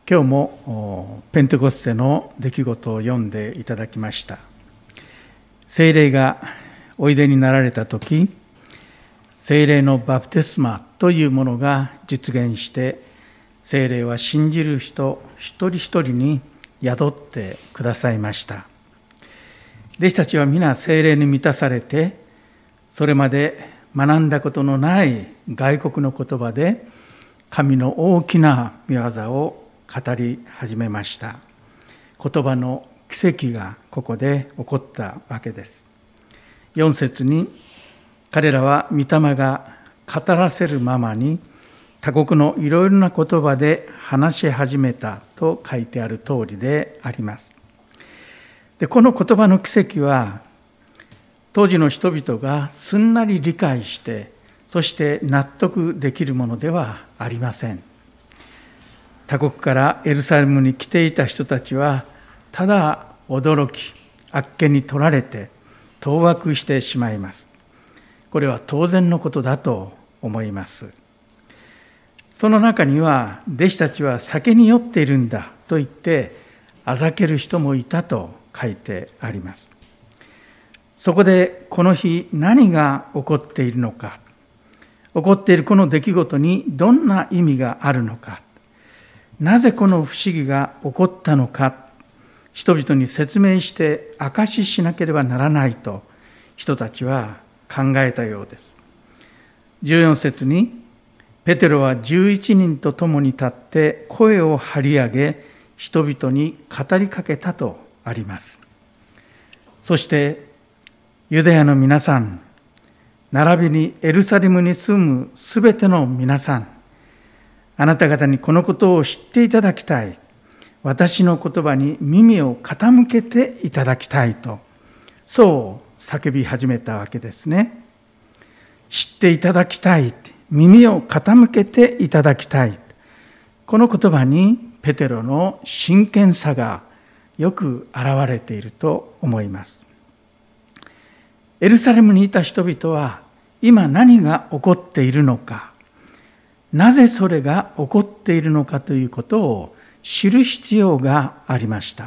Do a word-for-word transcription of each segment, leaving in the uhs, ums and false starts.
今日もペンテコステの出来事を読んでいただきました。聖霊がおいでになられたとき、聖霊のバプテスマというものが実現して、聖霊は信じる人一人一人に宿ってくださいました。弟子たちは皆聖霊に満たされて、それまで学んだことのない外国の言葉で神の大きな御業を語り始めました。言葉の奇跡がここで起こったわけです。よん節に、彼らは御霊が語らせるままに他国のいろいろな言葉で話し始めたと書いてある通りであります。で、この言葉の奇跡は当時の人々がすんなり理解して、そして納得できるものではありません。他国からエルサレムに来ていた人たちは、ただ驚き、あっけに取られて、当惑してしまいます。これは当然のことだと思います。その中には、弟子たちは酒に酔っているんだと言って、あざける人もいたと書いてあります。そこでこの日何が起こっているのか、起こっているこの出来事にどんな意味があるのか、なぜこの不思議が起こったのか、人々に説明して証ししなければならないと人たちは考えたようです。じゅうよん節に、ペテロはじゅういちにんと共に立って声を張り上げ、人々に語りかけたとあります。そしてユダヤの皆さん、並びにエルサレムに住むすべての皆さん、あなた方にこのことを知っていただきたい。私の言葉に耳を傾けていただきたいと、そう叫び始めたわけですね。知っていただきたい。耳を傾けていただきたい。この言葉にペテロの真剣さがよく現れていると思います。エルサレムにいた人々は今何が起こっているのか、なぜそれが起こっているのかということを知る必要がありました。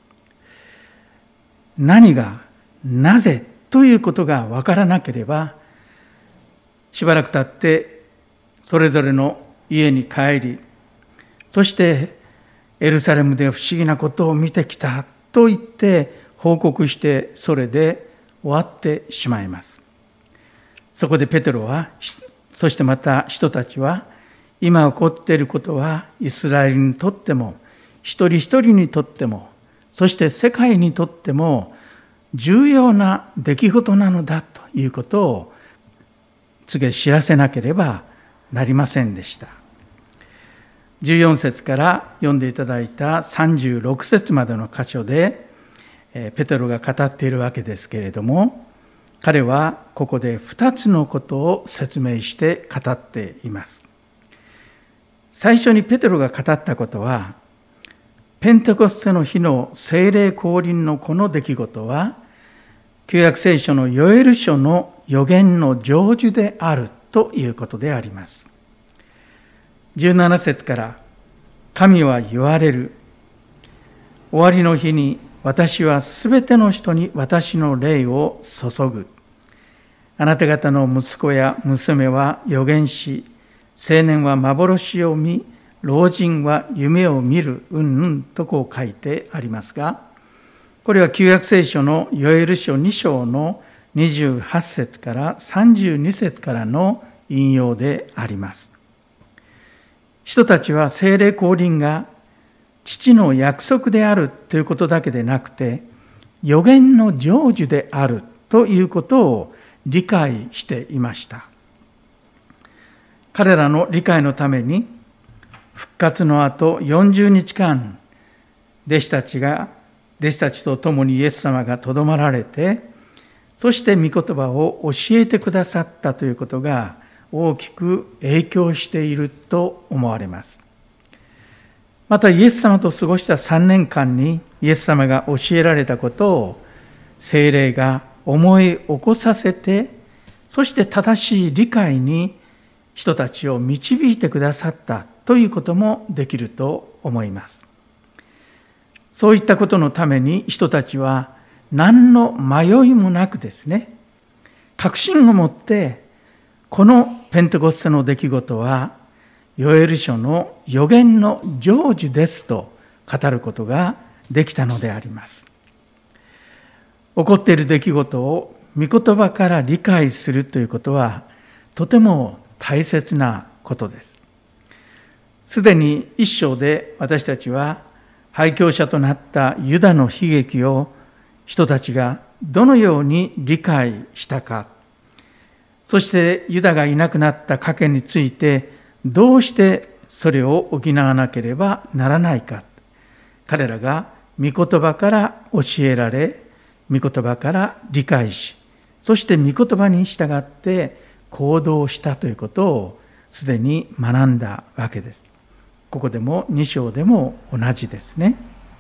何が、なぜということが分からなければ、しばらく経ってそれぞれの家に帰り、そしてエルサレムで不思議なことを見てきたと言って報告して、それで終わってしまいます。そこでペテロは、そしてまた人たちは、今起こっていることはイスラエルにとっても、一人一人にとっても、そして世界にとっても重要な出来事なのだということを告げ知らせなければなりませんでした。じゅうよん節から読んでいただいたさんじゅうろく節までの箇所で、ペテロが語っているわけですけれども、彼はここでふたつのことを説明して語っています。最初にペテロが語ったことは、ペンテコステの日の聖霊降臨のこの出来事は、旧約聖書のヨエル書の預言の成就であるということであります。じゅうなな節から、神は言われる。終わりの日に私はすべての人に私の霊を注ぐ。あなた方の息子や娘は預言し、青年は幻を見、老人は夢を見る、うんうんとこう書いてありますが、これは旧約聖書のヨエル書に章のにじゅうはち節からさんじゅうに節からの引用であります。人たちは聖霊降臨が父の約束であるということだけでなくて、預言の成就であるということを理解していました。彼らの理解のために、復活の後よんじゅうにちかん、弟子たちが、弟子たちと共にイエス様がとどまられて、そして御言葉を教えてくださったということが大きく影響していると思われます。またイエス様と過ごしたさんねんかんにイエス様が教えられたことを聖霊が思い起こさせて、そして正しい理解に人たちを導いてくださったということもできると思います。そういったことのために人たちは何の迷いもなくですね、確信を持ってこのペンテコステの出来事はヨエル書の預言の成就ですと語ることができたのであります。起こっている出来事を御言葉から理解するということはとても大切なことです。すでに一章で私たちは廃教者となったユダの悲劇を人たちがどのように理解したか、そしてユダがいなくなった賭けについてどうしてそれを補わなければならないか、彼らが御言葉から教えられ、御言葉から理解し、そして御言葉に従って行動したということをすでに学んだわけです。ここでもに章でも同じですね。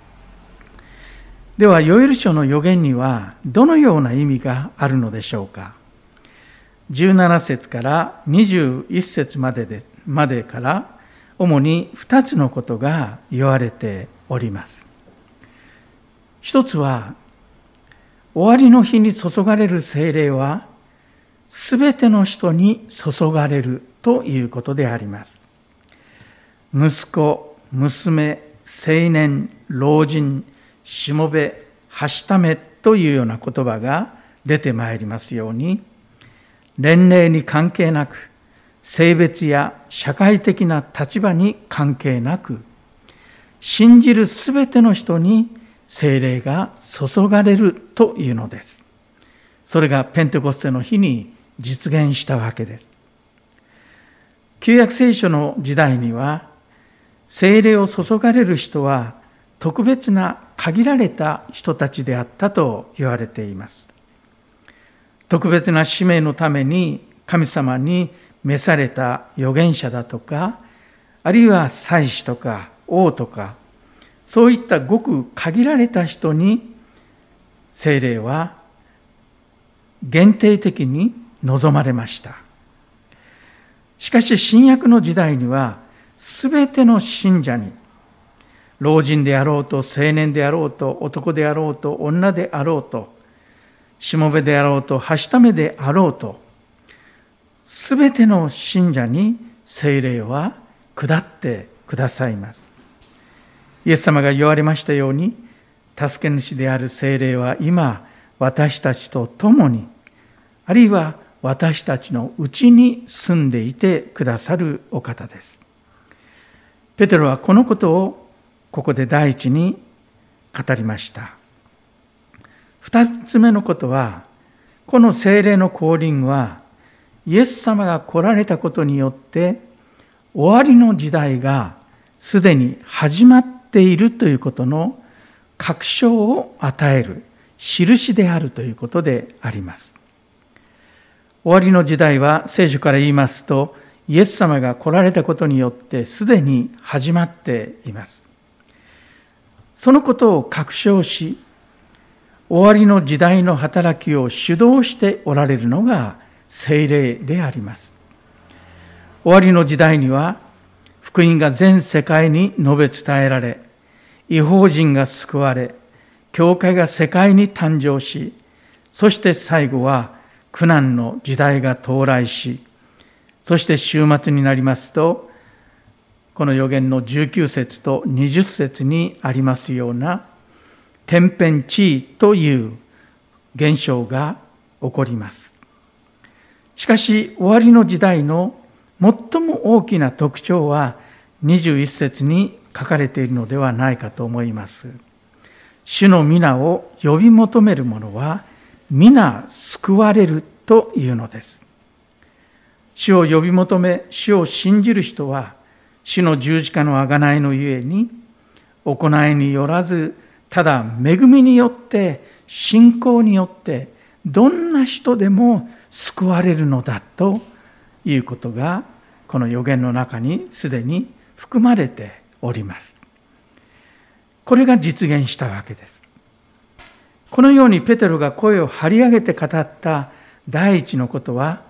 ではヨエル書の預言にはどのような意味があるのでしょうか。じゅうなな節からにじゅういち節まででまでから主にふたつのことが言われております。一つは、終わりの日に注がれる聖霊はすべての人に注がれるということであります。息子、娘、青年、老人、しもべ、はしためというような言葉が出てまいりますように、年齢に関係なく、性別や社会的な立場に関係なく、信じるすべての人に聖霊が注がれるというのです。それがペンテコステの日に実現したわけです。旧約聖書の時代には、聖霊を注がれる人は特別な限られた人たちであったと言われています。特別な使命のために神様に召された預言者だとか、あるいは祭司とか王とか、そういったごく限られた人に聖霊は限定的に望まれました。しかし新約の時代にはすべての信者に、老人であろうと青年であろうと男であろうと女であろうとしもべであろうとはしためであろうと、すべての信者に聖霊は下ってくださいます。イエス様が言われましたように、助け主である聖霊は今私たちと共に、あるいは私たちのうちに住んでいてくださるお方です。ペテロはこのことをここで第一に語りました。二つ目のことは、この聖霊の降臨はイエス様が来られたことによって終わりの時代がすでに始まっているということの確証を与える印であるということであります。終わりの時代は聖書から言いますと、イエス様が来られたことによってすでに始まっています。そのことを確証し、終わりの時代の働きを主導しておられるのが聖霊であります。終わりの時代には福音が全世界に述べ伝えられ、異邦人が救われ、教会が世界に誕生し、そして最後は苦難の時代が到来し、そして終末になりますと、この預言のじゅうきゅう節とにじゅう節にありますような天変地異という現象が起こります。しかし終わりの時代の最も大きな特徴はにじゅういち節に書かれているのではないかと思います。主の皆を呼び求める者は皆救われるというのです。主を呼び求め、主を信じる人は主の十字架の贖いのゆえに行いによらず、ただ恵みによって信仰によってどんな人でも救われるのだということがこの預言の中にすでに含まれております。これが実現したわけです。このようにペテロが声を張り上げて語った第一のことは、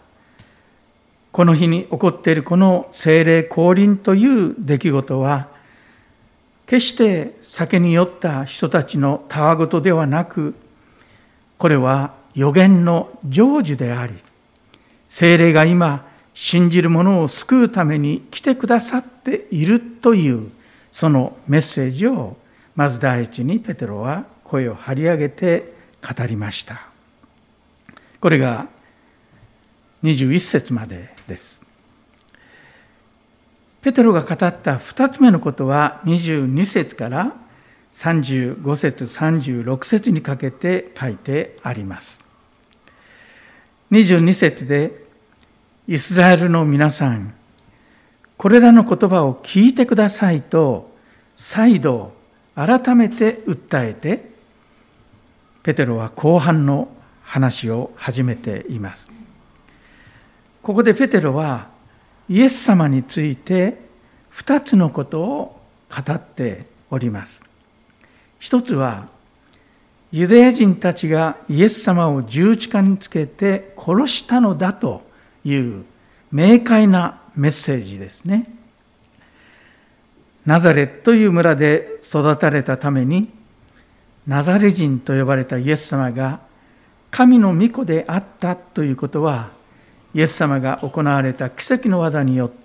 この日に起こっているこの聖霊降臨という出来事は、 決して酒に酔った人たちのたわごとではなく、これは預言の成就であり、聖霊が今信じる者を救うために来てくださっているというそのメッセージをまず第一にペテロは声を張り上げて語りました。これがにじゅういっ節までです。ペテロが語った二つ目のことはにじゅうに節からさんじゅうご節、さんじゅうろく節にかけて書いてあります。にじゅうに節で、イスラエルの皆さん、これらの言葉を聞いてくださいと再度改めて訴えて、ペテロは後半の話を始めています。ここでペテロはイエス様について二つのことを語っております。一つは、ユダヤ人たちがイエス様を十字架につけて殺したのだという明快なメッセージですね。ナザレという村で育たれたために、ナザレ人と呼ばれたイエス様が神の御子であったということは、イエス様が行われた奇跡の技によって、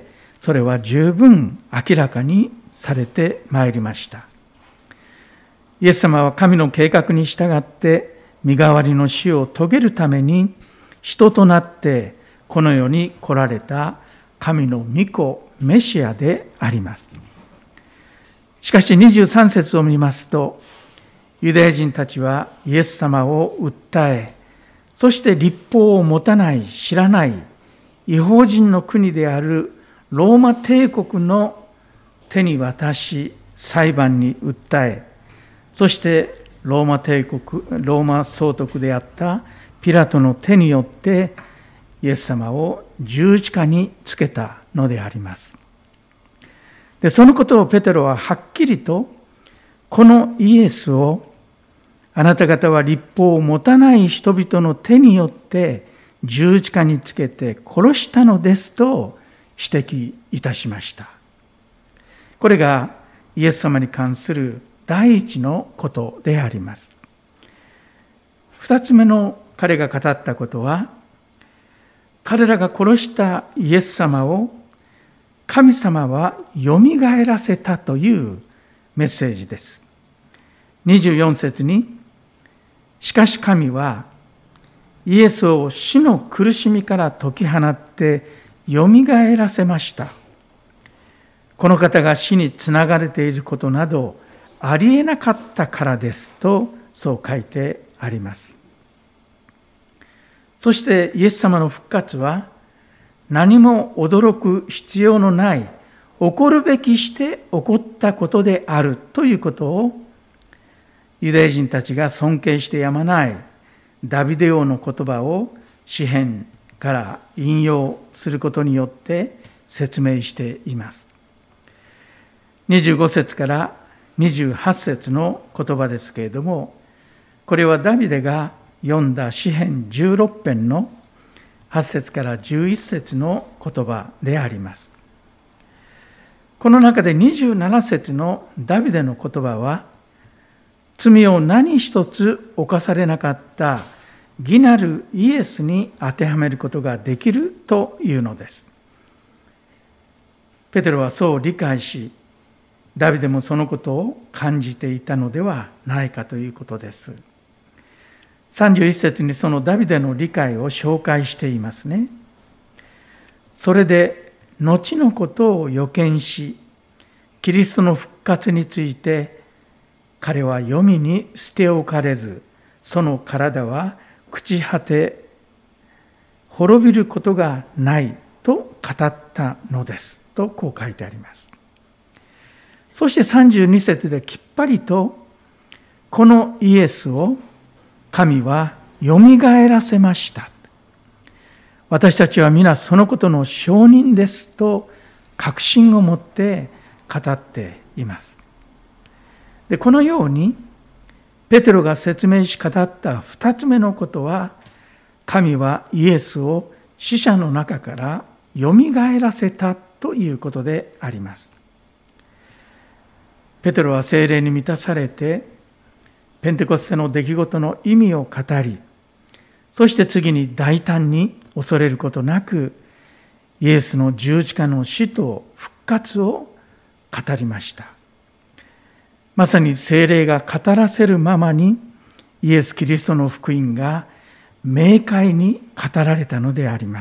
それは十分明らかにされてまいりました。イエス様は神の計画に従って身代わりの死を遂げるために人となってこの世に来られた神の御子メシアであります。しかしにじゅうさん節を見ますと、ユダヤ人たちはイエス様を訴え、そして律法を持たない、知らない異邦人の国であるローマ帝国の手に渡し、裁判に訴え、そしてローマ帝国、ローマ総督であったピラトの手によってイエス様を十字架につけたのであります。で、そのことをペテロははっきりと、このイエスをあなた方は律法を持たない人々の手によって十字架につけて殺したのですと指摘いたしました。これがイエス様に関する第一のことであります。二つ目の彼が語ったことは、彼らが殺したイエス様を神様はよみがえらせたというメッセージです。にじゅうよん節に、しかし神はイエスを死の苦しみから解き放ってよみがえらせました。この方が死につながれていることなどありえなかったからですと、そう書いてあります。そしてイエス様の復活は何も驚く必要のない、起こるべきして起こったことであるということを、ユダヤ人たちが尊敬してやまないダビデ王の言葉を詩編から引用することによって説明しています。にじゅうご節からにじゅうはち節の言葉ですけれども、これはダビデが読んだ詩編じゅうろく編のはち節からじゅういち節の言葉であります。この中でにじゅうなな節のダビデの言葉は、罪を何一つ犯されなかった義なるイエスに当てはめることができるというのです。ペテロはそう理解し、ダビデもそのことを感じていたのではないかということです。さんじゅういち節にそのダビデの理解を紹介していますね。それで後のことを予見し、キリストの復活について彼は黄泉に捨て置かれず、その体は朽ち果て滅びることがないと語ったのですと、こう書いてあります。そしてさんじゅうに節できっぱりと、このイエスを神はよみがえらせました。私たちは皆そのことの証人ですと確信を持って語っています。で、このようにペテロが説明し語った二つ目のことは、神はイエスを死者の中からよみがえらせたということであります。 ペテロは聖霊に満たされて、ペンテコステの出来事の意味を語り、そして次に大胆に恐れることなく、イエスの十字架の死と復活を語りました。まさに聖霊が語らせるままに、イエス・キリストの福音が明快に語られたのであります。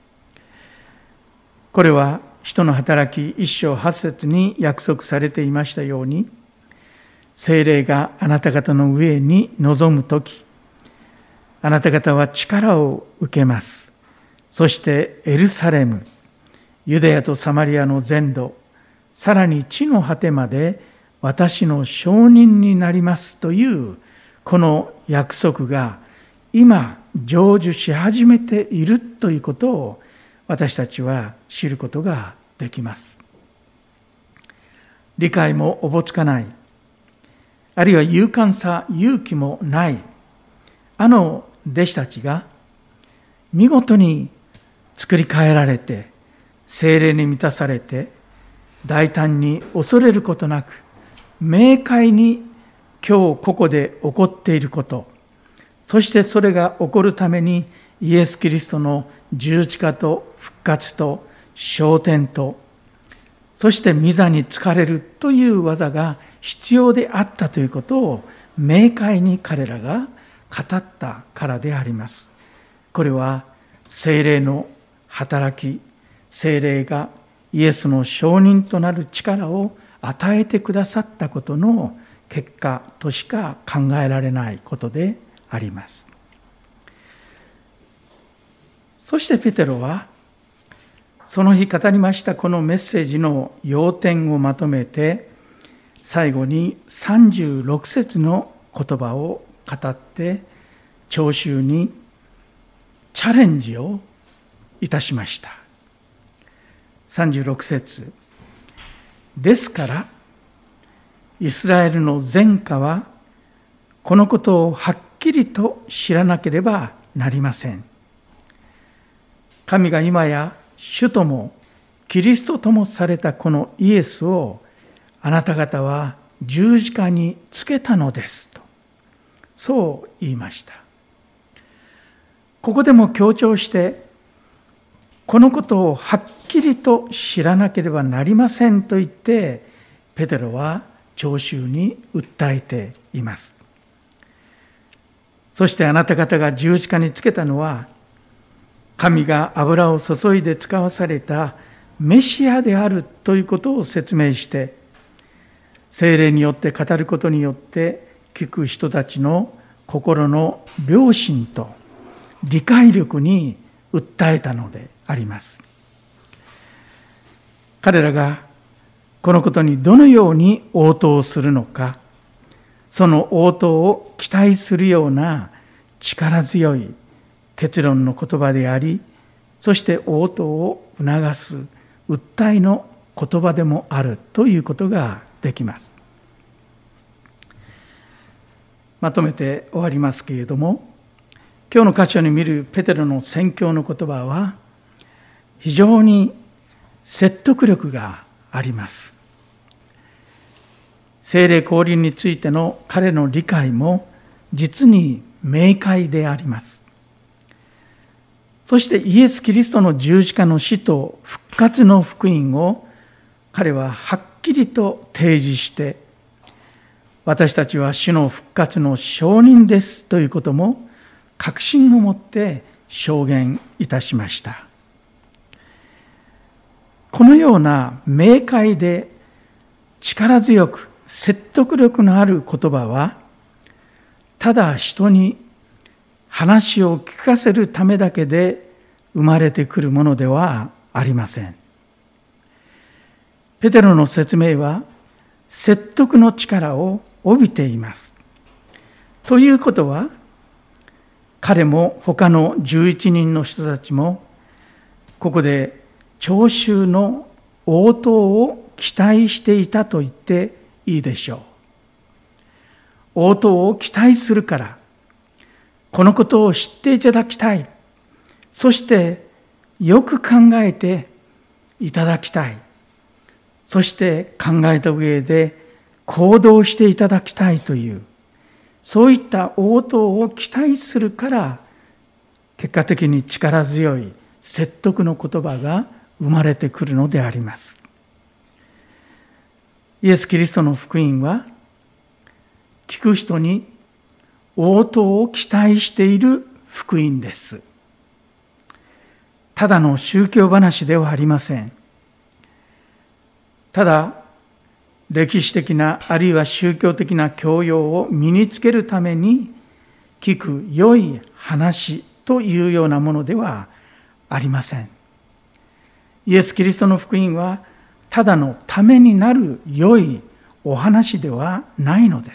これは使徒の働き一章八節に約束されていましたように、聖霊があなた方の上に臨むとき、あなた方は力を受けます。そしてエルサレム、ユダヤとサマリアの全土、さらに地の果てまで私の証人になりますというこの約束が今成就し始めているということを私たちは知ることができます。理解もおぼつかない、あるいは勇敢さ、勇気もないあの弟子たちが見事に作り変えられて、聖霊に満たされて、大胆に恐れることなく明快に今日ここで起こっていること、そしてそれが起こるためにイエス・キリストの十字架と復活と昇天と、そして御座に就かれるという技が必要であったということを明快に彼らが語ったからであります。これは聖霊の働き、聖霊がイエスの証人となる力を与えてくださったことの結果としか考えられないことであります。そしてペテロはその日語りましたこのメッセージの要点をまとめて、最後にさんじゅうろく節の言葉を語って聴衆にチャレンジをいたしました。さんじゅうろく節、ですからイスラエルの全家はこのことをはっきりと知らなければなりません。神が今や主ともキリストともされたこのイエスをあなた方は十字架につけたのですと、そう言いました。ここでも強調して、このことをはっきりと知らなければなりませんと言って、ペテロは聴衆に訴えています。そしてあなた方が十字架につけたのは、神が油を注いで使わされたメシアであるということを説明して、聖霊によって語ることによって聞く人たちの心の良心と理解力に訴えたのであります。彼らがこのことにどのように応答するのか、その応答を期待するような力強い結論の言葉であり、そして応答を促す訴えの言葉でもあるということができます。まとめて終わりますけれども、今日の箇所に見るペテロの宣教の言葉は非常に説得力があります。聖霊降臨についての彼の理解も実に明快であります。そしてイエス・キリストの十字架の死と復活の福音を彼ははっきりと提示して、私たちは主の復活の証人ですということも確信を持って証言いたしました。このような明快で力強く説得力のある言葉は、ただ人に話を聞かせるためだけで生まれてくるものではありません。ペテロの説明は説得の力を帯びています。ということは、彼も他のじゅういちにんの人たちもここで聴衆の応答を期待していたと言っていいでしょう。応答を期待するから、このことを知っていただきたい。そしてよく考えていただきたい。そして考えた上で行動していただきたいという、そういった応答を期待するから、結果的に力強い説得の言葉が生まれてくるのであります。イエス・キリストの福音は、聞く人に応答を期待している福音です。ただの宗教話ではありません。ただ、歴史的なあるいは宗教的な教養を身につけるために聞く良い話というようなものではありません。イエス・キリストの福音はただのためになる良いお話ではないのです。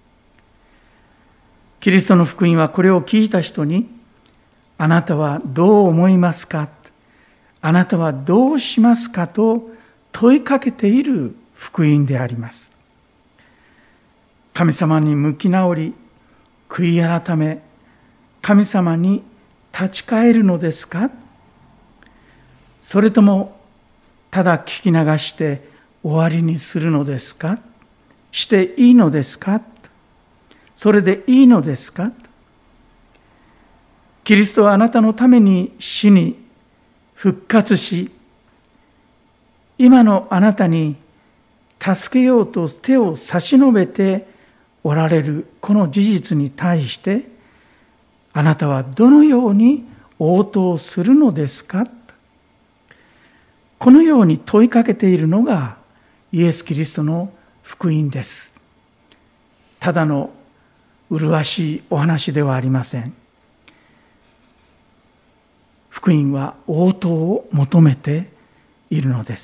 キリストの福音はこれを聞いた人に、あなたはどう思いますか、あなたはどうしますかと問いかけている福音であります。神様に向き直り、悔い改め、神様に立ち返るのですか、それともただ聞き流して終わりにするのですか、していいのですか、それでいいのですか。キリストはあなたのために死に復活し、今のあなたに助けようと手を差し伸べておられるこの事実に対して、あなたはどのように応答するのですか。このように問いかけているのがイエス・キリストの福音です。ただの麗しいお話ではありません。福音は応答を求めているのです。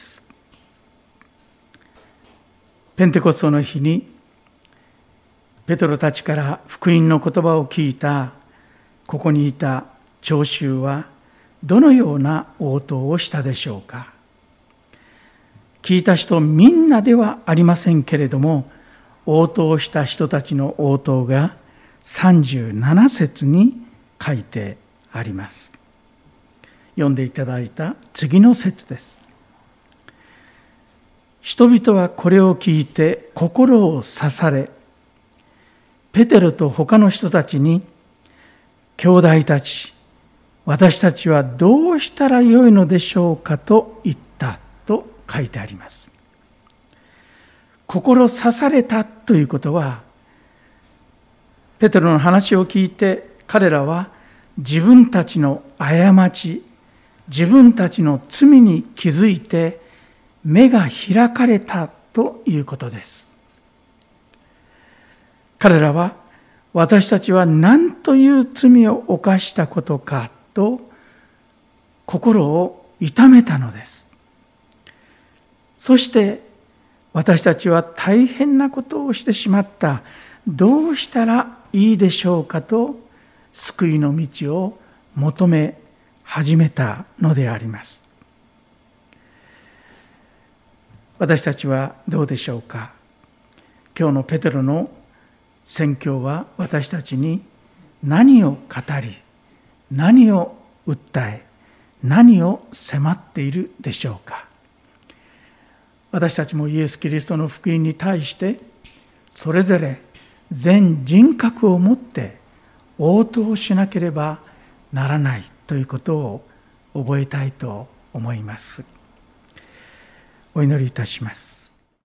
ペンテコステの日にペトロたちから福音の言葉を聞いたここにいた聴衆はどのような応答をしたでしょうか。聞いた人みんなではありませんけれども、応答した人たちの応答がさんじゅうなな節に書いてあります。読んでいただいた次の節です。人々はこれを聞いて心を刺され、ペテロと他の人たちに、兄弟たち、私たちはどうしたらよいのでしょうかと言ったと書いてあります。心刺されたということは、ペテロの話を聞いて彼らは自分たちの過ち、自分たちの罪に気づいて目が開かれたということです。彼らは私たちは何という罪を犯したことかと心を痛めたのです。そして私たちは大変なことをしてしまった。どうしたらいいでしょうかと救いの道を求め始めたのであります。私たちはどうでしょうか。今日のペテロの宣教は私たちに何を語り、何を訴え、何を迫っているでしょうか。私たちもイエス・キリストの福音に対してそれぞれ全人格を持って応答しなければならないということを覚えたいと思います。お祈りいたします。